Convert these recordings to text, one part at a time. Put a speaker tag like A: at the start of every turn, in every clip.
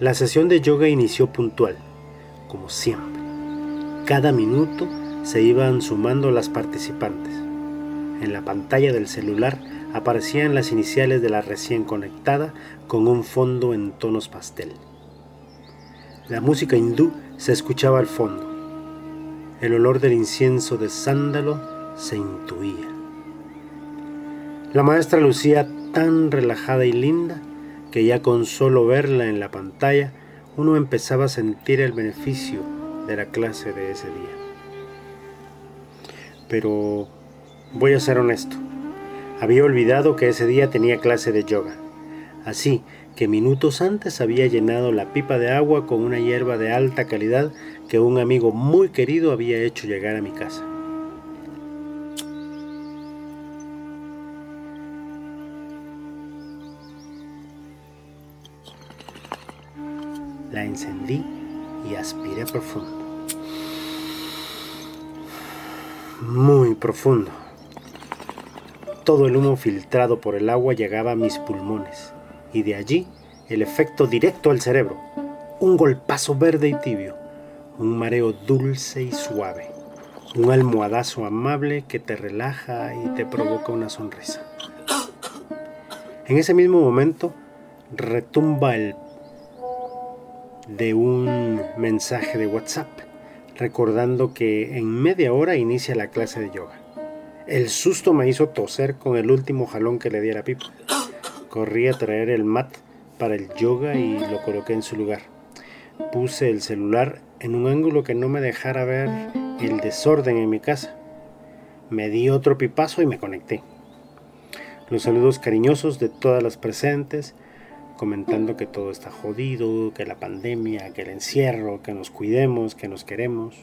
A: La sesión de yoga inició puntual, como siempre. Cada minuto se iban sumando las participantes. En la pantalla del celular aparecían las iniciales de la recién conectada con un fondo en tonos pastel. La música hindú se escuchaba al fondo. El olor del incienso de sándalo se intuía. La maestra lucía tan relajada y linda que ya con solo verla en la pantalla uno empezaba a sentir el beneficio de la clase de ese día. Pero voy a ser honesto, había olvidado que ese día tenía clase de yoga, así que minutos antes había llenado la pipa de agua con una hierba de alta calidad que un amigo muy querido había hecho llegar a mi casa. La encendí y aspiré profundo. Muy profundo. Todo el humo filtrado por el agua llegaba a mis pulmones y de allí el efecto directo al cerebro. Un golpazo verde y tibio, un mareo dulce y suave, un almohadazo amable que te relaja y te provoca una sonrisa. En ese mismo momento retumba el de un mensaje de WhatsApp, recordando que en media hora inicia la clase de yoga. El susto me hizo toser con el último jalón que le di a la pipa. Corrí a traer el mat para el yoga y lo coloqué en su lugar. Puse el celular en un ángulo que no me dejara ver el desorden en mi casa. Me di otro pipazo y me conecté. Los saludos cariñosos de todas las presentes, comentando que todo está jodido, que la pandemia, que el encierro, que nos cuidemos, que nos queremos.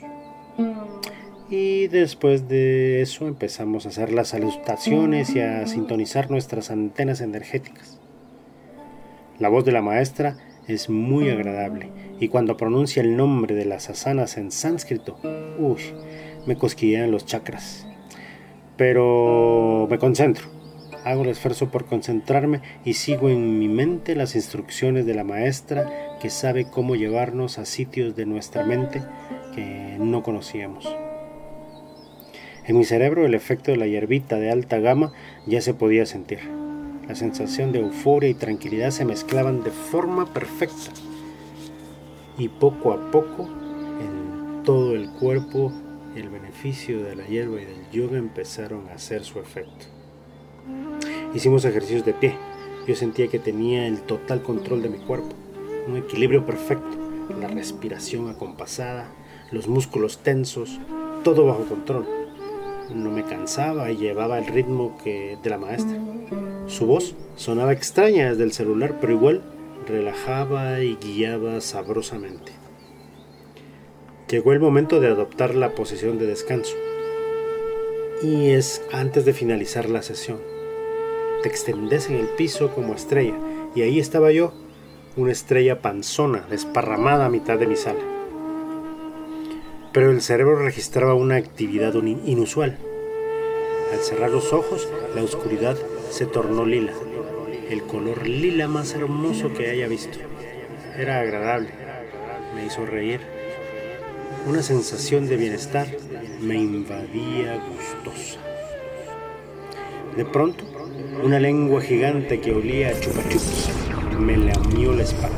A: Y después de eso empezamos a hacer las salutaciones y a sintonizar nuestras antenas energéticas. La voz de la maestra es muy agradable y cuando pronuncia el nombre de las asanas en sánscrito, me cosquillean los chakras. Pero me concentro, hago el esfuerzo por concentrarme y sigo en mi mente las instrucciones de la maestra que sabe cómo llevarnos a sitios de nuestra mente que no conocíamos. En mi cerebro el efecto de la hierbita de alta gama ya se podía sentir. La sensación de euforia y tranquilidad se mezclaban de forma perfecta. Y poco a poco, en todo el cuerpo, el beneficio de la hierba y del yoga empezaron a hacer su efecto. Hicimos ejercicios de pie. Yo sentía que tenía el total control de mi cuerpo, un equilibrio perfecto, la respiración acompasada, los músculos tensos, todo bajo control. No me cansaba y llevaba el ritmo de la maestra. Su voz sonaba extraña desde el celular, pero igual relajaba y guiaba sabrosamente. Llegó el momento de adoptar la posición de descanso. Y es antes de finalizar la sesión. Te extendes en el piso como estrella, y ahí estaba yo, una estrella panzona, desparramada a mitad de mi sala. Pero el cerebro registraba una actividad inusual. Al cerrar los ojos, la oscuridad se tornó lila, el color lila más hermoso que haya visto. Era agradable, me hizo reír. Una sensación de bienestar me invadía gustosa. De pronto, una lengua gigante que olía a chupa chups me lamió la espalda.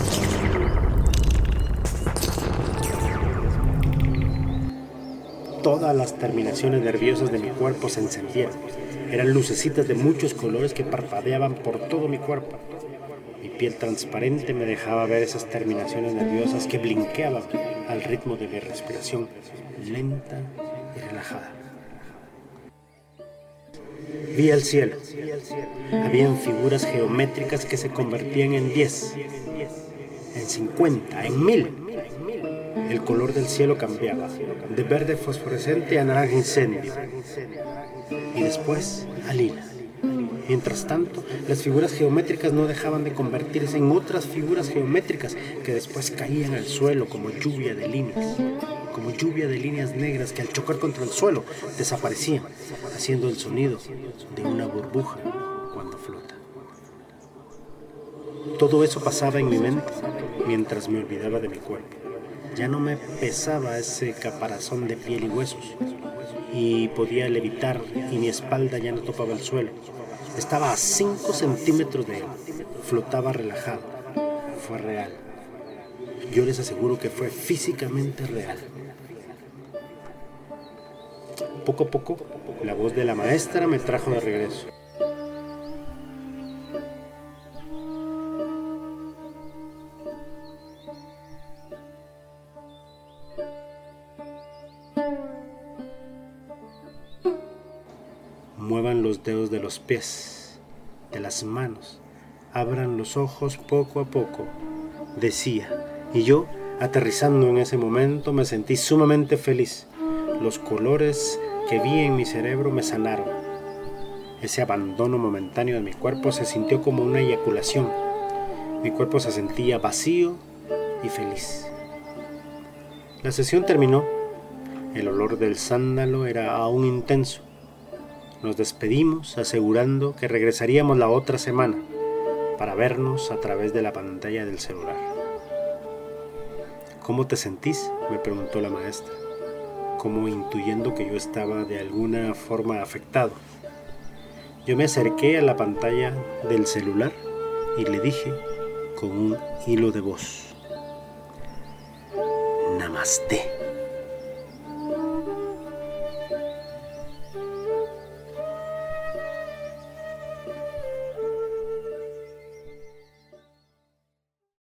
A: Todas las terminaciones nerviosas de mi cuerpo se encendieron. Eran lucecitas de muchos colores que parpadeaban por todo mi cuerpo. Mi piel transparente me dejaba ver esas terminaciones nerviosas que blinqueaban al ritmo de mi respiración, lenta y relajada. Vi el cielo. Habían figuras geométricas que se convertían en 10, en 50, en 1000. El color del cielo cambiaba, de verde fosforescente a naranja incendio, y después a lila. Mientras tanto, las figuras geométricas no dejaban de convertirse en otras figuras geométricas que después caían al suelo como lluvia de líneas negras que al chocar contra el suelo desaparecían, haciendo el sonido de una burbuja cuando flota. Todo eso pasaba en mi mente mientras me olvidaba de mi cuerpo. Ya no me pesaba ese caparazón de piel y huesos y podía levitar y mi espalda ya no topaba el suelo. Estaba a 5 centímetros de él. Flotaba relajado. Fue real. Yo les aseguro que fue físicamente real. Poco a poco, la voz de la maestra me trajo de regreso. Muevan los dedos de los pies, de las manos, abran los ojos poco a poco, decía, y yo, aterrizando en ese momento, me sentí sumamente feliz. Los colores que vi en mi cerebro me sanaron. Ese abandono momentáneo de mi cuerpo se sintió como una eyaculación. Mi cuerpo se sentía vacío y feliz. La sesión terminó. El olor del sándalo era aún intenso. Nos despedimos asegurando que regresaríamos la otra semana para vernos a través de la pantalla del celular. ¿Cómo te sentís?, me preguntó la maestra, como intuyendo que yo estaba de alguna forma afectado. Yo me acerqué a la pantalla del celular y le dije con un hilo de voz: Namaste.